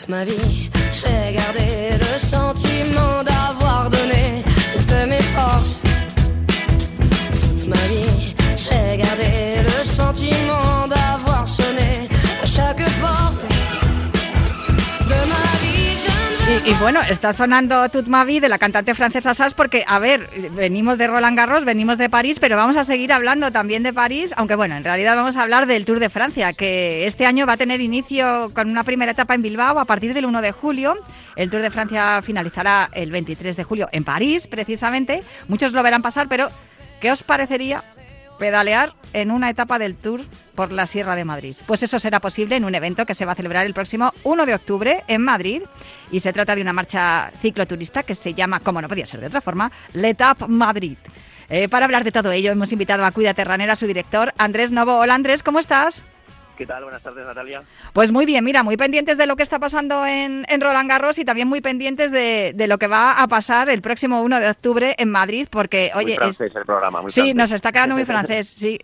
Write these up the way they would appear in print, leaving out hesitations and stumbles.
Toute ma vie, j'ai gardé le sentiment d'avoir donné toutes mes forces. Toute ma vie, j'ai gardé le sentiment d'avoir sonné à chaque porte de ma vie. Y bueno, está sonando Toute ma vie de la cantante francesa Sass porque, a ver, venimos de Roland Garros, venimos de París, pero vamos a seguir hablando también de París, aunque bueno, en realidad vamos a hablar del Tour de Francia, que este año va a tener inicio con una primera etapa en Bilbao a partir del 1 de julio. El Tour de Francia finalizará el 23 de julio en París, precisamente. Muchos lo verán pasar, pero ¿qué os parecería pedalear en una etapa del Tour por la Sierra de Madrid? Pues eso será posible en un evento que se va a celebrar el próximo 1 de octubre en Madrid, y se trata de una marcha cicloturista que se llama, como no podía ser de otra forma, L'Étape Madrid. Para hablar de todo ello hemos invitado a Cuídate Runner, a su director, Andrés Novo. Hola Andrés, ¿cómo estás? ¿Qué tal? Buenas tardes, Natalia. Pues muy bien, mira, muy pendientes de lo que está pasando en Roland Garros y también muy pendientes de lo que va a pasar el próximo 1 de octubre en Madrid, porque, oye... Muy francés el programa, muy sí, francés. nos está quedando muy francés, sí.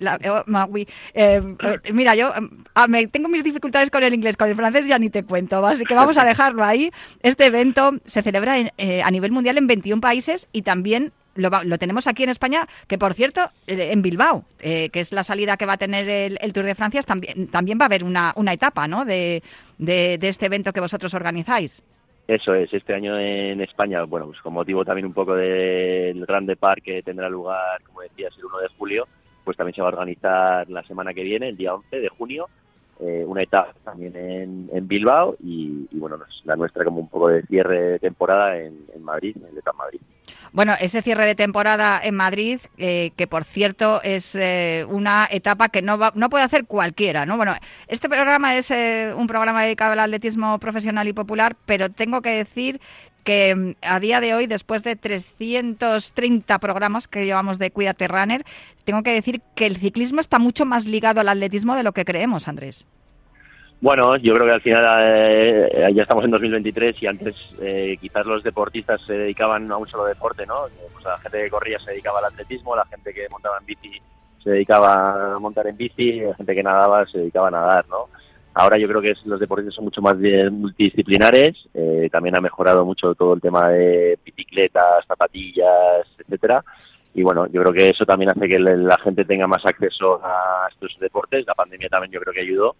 Mira, yo tengo mis dificultades con el inglés, con el francés ya ni te cuento, así que vamos a dejarlo ahí. Este evento se celebra a nivel mundial en 21 países y también lo tenemos aquí en España, que por cierto, en Bilbao, que es la salida que va a tener el Tour de Francia, también va a haber una etapa, ¿no?, de este evento que vosotros organizáis. Eso es, este año en España, bueno, pues con motivo también un poco del Grand Depart que tendrá lugar, como decías, el 1 de julio, pues también se va a organizar la semana que viene, el día 11 de junio, una etapa también en Bilbao y bueno, la nuestra como un poco de cierre de temporada en Madrid, en el Etap Madrid. Bueno, ese cierre de temporada en Madrid, que por cierto es una etapa que no puede hacer cualquiera, ¿no? Bueno, este programa es un programa dedicado al atletismo profesional y popular, pero tengo que decir que a día de hoy, después de 330 programas que llevamos de Cuídate Runner, tengo que decir que el ciclismo está mucho más ligado al atletismo de lo que creemos, Andrés. Bueno, yo creo que al final ya estamos en 2023 y antes quizás los deportistas se dedicaban a un solo deporte, ¿no? Pues la gente que corría se dedicaba al atletismo, la gente que montaba en bici se dedicaba a montar en bici, la gente que nadaba se dedicaba a nadar, ¿no? Ahora yo creo que los deportistas son mucho más multidisciplinares, también ha mejorado mucho todo el tema de bicicletas, zapatillas, etcétera. Y bueno, yo creo que eso también hace que la gente tenga más acceso a estos deportes. La pandemia también yo creo que ayudó.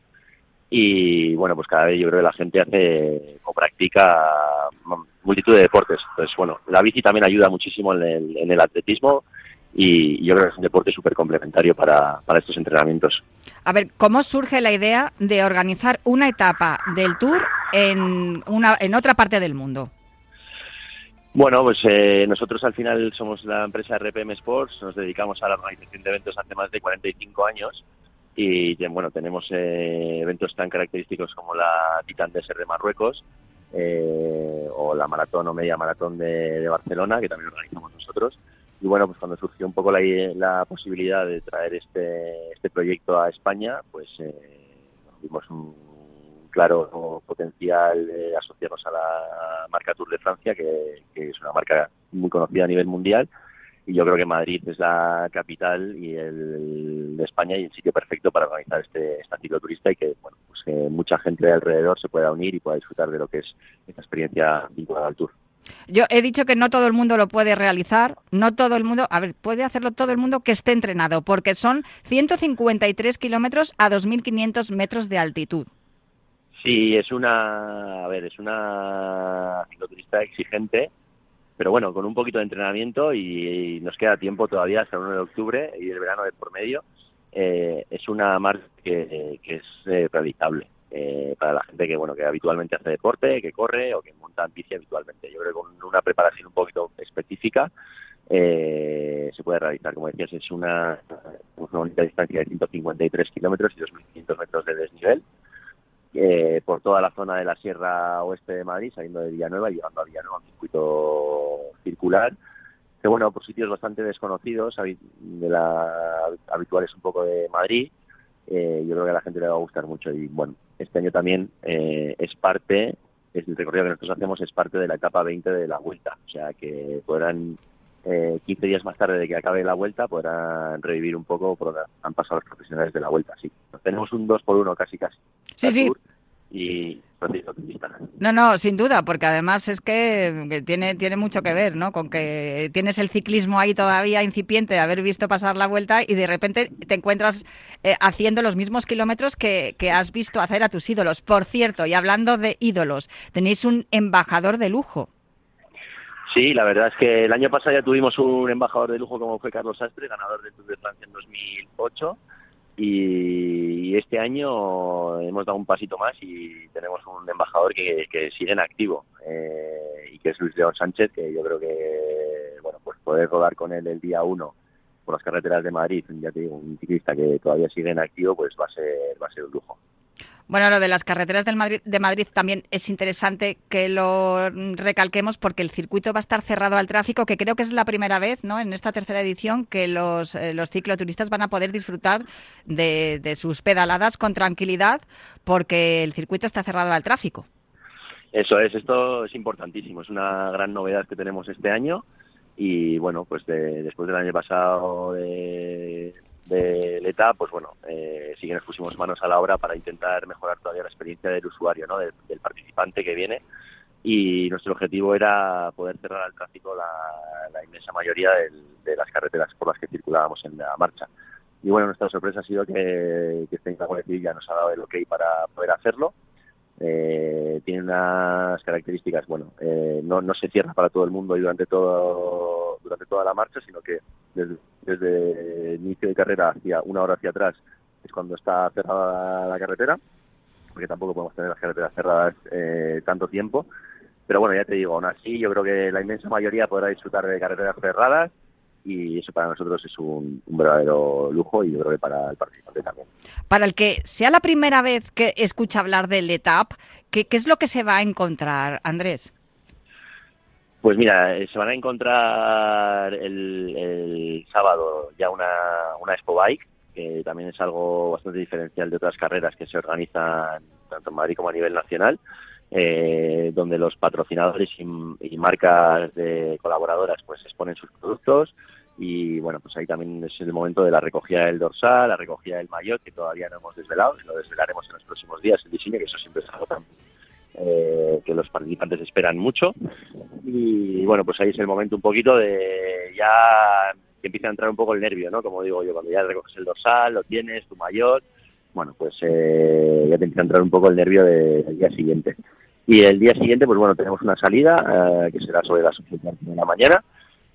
Y bueno, pues cada vez yo creo que la gente hace o practica multitud de deportes. Entonces, bueno, la bici también ayuda muchísimo en el atletismo y yo creo que es un deporte súper complementario para estos entrenamientos. A ver, ¿cómo surge la idea de organizar una etapa del Tour en otra parte del mundo? Bueno, pues nosotros al final somos la empresa RPM Sports, nos dedicamos a la organización de eventos hace más de 45 años. Y bueno, tenemos eventos tan característicos como la Titan Desert de Marruecos o la maratón o media maratón de Barcelona, que también organizamos nosotros. Y bueno, pues cuando surgió un poco la posibilidad de traer este proyecto a España, pues vimos un claro potencial de asociarnos a la marca Tour de Francia, que es una marca muy conocida a nivel mundial. Y yo creo que Madrid es la capital de España y el sitio perfecto para organizar esta cicloturista y que, bueno, pues que mucha gente de alrededor se pueda unir y pueda disfrutar de lo que es esta experiencia vinculada al Tour. Yo he dicho que no todo el mundo lo puede realizar, no todo el mundo, puede hacerlo todo el mundo que esté entrenado, porque son 153 kilómetros a 2.500 metros de altitud. Sí, es una cicloturista exigente, pero bueno, con un poquito de entrenamiento y nos queda tiempo todavía hasta el 1 de octubre y el verano de por medio. Es una marca que es realizable para la gente que habitualmente hace deporte, que corre o que monta en bici habitualmente. Yo creo que con una preparación un poquito específica se puede realizar. Como decías, es una única distancia de 153 kilómetros y 2.500 metros de desnivel. Por toda la zona de la Sierra Oeste de Madrid, saliendo de Villanueva y llegando a Villanueva, un circuito circular, que bueno, por sitios bastante desconocidos, habituales un poco de Madrid. Yo creo que a la gente le va a gustar mucho y bueno, este año también el recorrido que nosotros hacemos es parte de la etapa 20 de la Vuelta, o sea que podrán 15 días más tarde de que acabe la Vuelta podrán revivir un poco por donde han pasado los profesionales de la Vuelta. Sí, tenemos un 2x1 casi. Sí. Y nuestra cicloturista. No, sin duda, porque además es que tiene mucho que ver, ¿no? Con que tienes el ciclismo ahí todavía incipiente de haber visto pasar la Vuelta y de repente te encuentras haciendo los mismos kilómetros que has visto hacer a tus ídolos. Por cierto, y hablando de ídolos, tenéis un embajador de lujo. Sí, la verdad es que el año pasado ya tuvimos un embajador de lujo como fue Carlos Sastre, ganador del Tour de Francia en 2008. Y este año hemos dado un pasito más y tenemos un embajador que sigue en activo y que es Luis León Sánchez, que yo creo que bueno, pues poder rodar con él el día 1 por las carreteras de Madrid, ya te digo, un ciclista que todavía sigue en activo, pues va a ser un lujo. Bueno, lo de las carreteras de Madrid también es interesante que lo recalquemos porque el circuito va a estar cerrado al tráfico, que creo que es la primera vez, ¿no?, en esta tercera edición que los cicloturistas van a poder disfrutar de sus pedaladas con tranquilidad porque el circuito está cerrado al tráfico. Eso es, esto es importantísimo, es una gran novedad que tenemos este año y bueno, pues después del año pasado del ETA, pues bueno, sí que nos pusimos manos a la obra para intentar mejorar todavía la experiencia del usuario, ¿no?, del participante que viene, y nuestro objetivo era poder cerrar al tráfico la inmensa mayoría de las carreteras por las que circulábamos en la marcha. Y bueno, nuestra sorpresa ha sido que este Guardia Civil ya nos ha dado el ok para poder hacerlo. Tiene unas características, bueno, no se cierra para todo el mundo y durante toda la marcha, sino que desde el inicio de carrera hacia una hora hacia atrás es cuando está cerrada la carretera, porque tampoco podemos tener las carreteras cerradas tanto tiempo. Pero bueno, ya te digo, aún así yo creo que la inmensa mayoría podrá disfrutar de carreteras cerradas y eso para nosotros es un verdadero lujo y yo creo que para el participante también. Para el que sea la primera vez que escucha hablar del ETAP, ¿qué es lo que se va a encontrar, Andrés? Pues mira, se van a encontrar el sábado ya una Expo Bike, que también es algo bastante diferencial de otras carreras que se organizan tanto en Madrid como a nivel nacional, donde los patrocinadores y marcas de colaboradoras pues exponen sus productos y bueno, pues ahí también es el momento de la recogida del dorsal, la recogida del maillot, que todavía no hemos desvelado, lo desvelaremos en los próximos días, el diseño, que eso siempre es algo también que los participantes esperan mucho. Y bueno, pues ahí es el momento un poquito de ya que empieza a entrar un poco el nervio, ¿no? Como digo yo, cuando ya recoges el dorsal, lo tienes, tu maillot, bueno, pues ya te empieza a entrar un poco el nervio del día siguiente. Y el día siguiente, pues bueno, tenemos una salida que será sobre las 8 de la mañana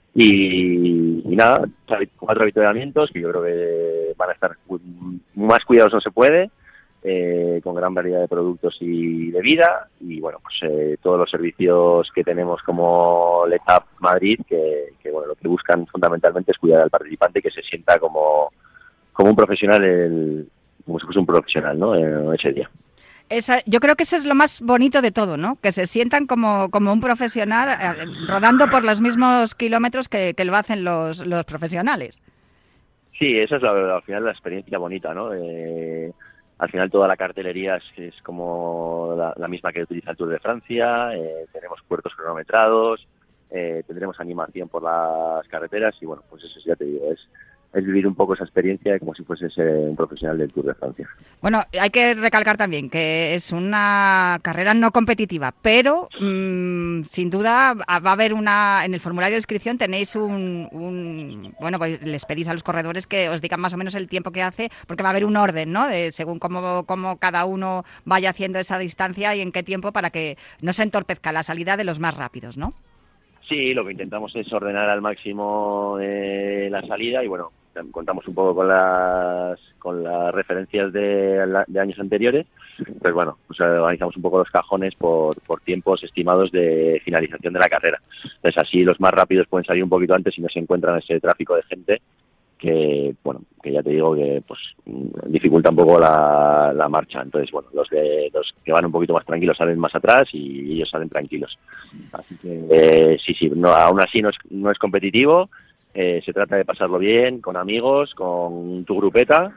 y nada, 4 avituallamientos que yo creo que van a estar más cuidados no se puede, con gran variedad de productos y de vida y bueno, pues todos los servicios que tenemos como LETAP Madrid que bueno, lo que buscan fundamentalmente es cuidar al participante, que se sienta como un profesional, como si fuese un profesional, ¿no?, ese día. Yo creo que eso es lo más bonito de todo, ¿no? Que se sientan como un profesional rodando por los mismos kilómetros que lo hacen los profesionales. Sí, esa es al final la experiencia bonita, ¿no? Al final toda la cartelería es como la misma que utiliza el Tour de Francia, tenemos puertos cronometrados, tendremos animación por las carreteras y bueno, pues eso ya te digo, es vivir un poco esa experiencia como si fueses un profesional del Tour de Francia. Bueno, hay que recalcar también que es una carrera no competitiva, pero sin duda va a haber en el formulario de inscripción tenéis bueno, pues les pedís a los corredores que os digan más o menos el tiempo que hace, porque va a haber un orden, ¿no?, según cómo cada uno vaya haciendo esa distancia y en qué tiempo, para que no se entorpezca la salida de los más rápidos, ¿no? Sí, lo que intentamos es ordenar al máximo la salida y bueno, contamos un poco con las referencias de años anteriores, pues bueno, pues organizamos un poco los cajones por tiempos estimados de finalización de la carrera. Entonces así los más rápidos pueden salir un poquito antes y no se encuentran ese tráfico de gente que, bueno, que ya te digo que pues dificulta un poco la marcha. Entonces, bueno, los que van un poquito más tranquilos salen más atrás y ellos salen tranquilos. Así que sí, no, aún así no es competitivo. Se trata de pasarlo bien, con amigos, con tu grupeta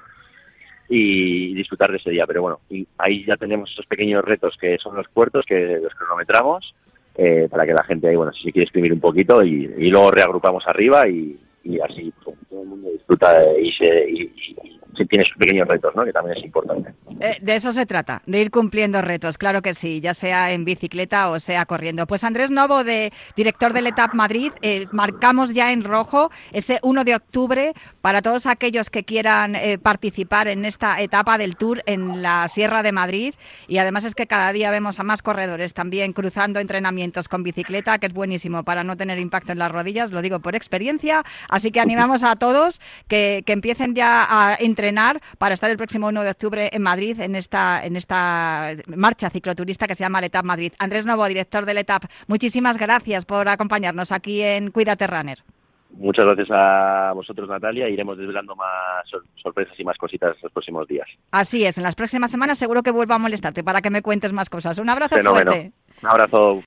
y disfrutar de ese día. Pero bueno, y ahí ya tenemos esos pequeños retos que son los puertos, que los cronometramos, para que la gente ahí, bueno, si se quiere exprimir un poquito y luego reagrupamos arriba y así pues, todo el mundo disfruta y se tiene sus pequeños retos, ¿no? Que también es importante. De eso se trata, de ir cumpliendo retos, claro que sí, ya sea en bicicleta o sea corriendo. Pues Andrés Novo, director del Etap Madrid, marcamos ya en rojo ese 1 de octubre para todos aquellos que quieran participar en esta etapa del Tour en la Sierra de Madrid, y además es que cada día vemos a más corredores también cruzando entrenamientos con bicicleta, que es buenísimo para no tener impacto en las rodillas, lo digo por experiencia, así que animamos a todos que empiecen ya a entrenar para estar el próximo 1 de octubre en Madrid en esta marcha cicloturista que se llama el Etap Madrid. Andrés Novo, director del Etap, muchísimas gracias por acompañarnos aquí en Cuídate Runner. Muchas gracias a vosotros, Natalia. Iremos desvelando más sorpresas y más cositas los próximos días. Así es, en las próximas semanas seguro que vuelvo a molestarte para que me cuentes más cosas. Un abrazo Fenómeno. fuerte. Un abrazo.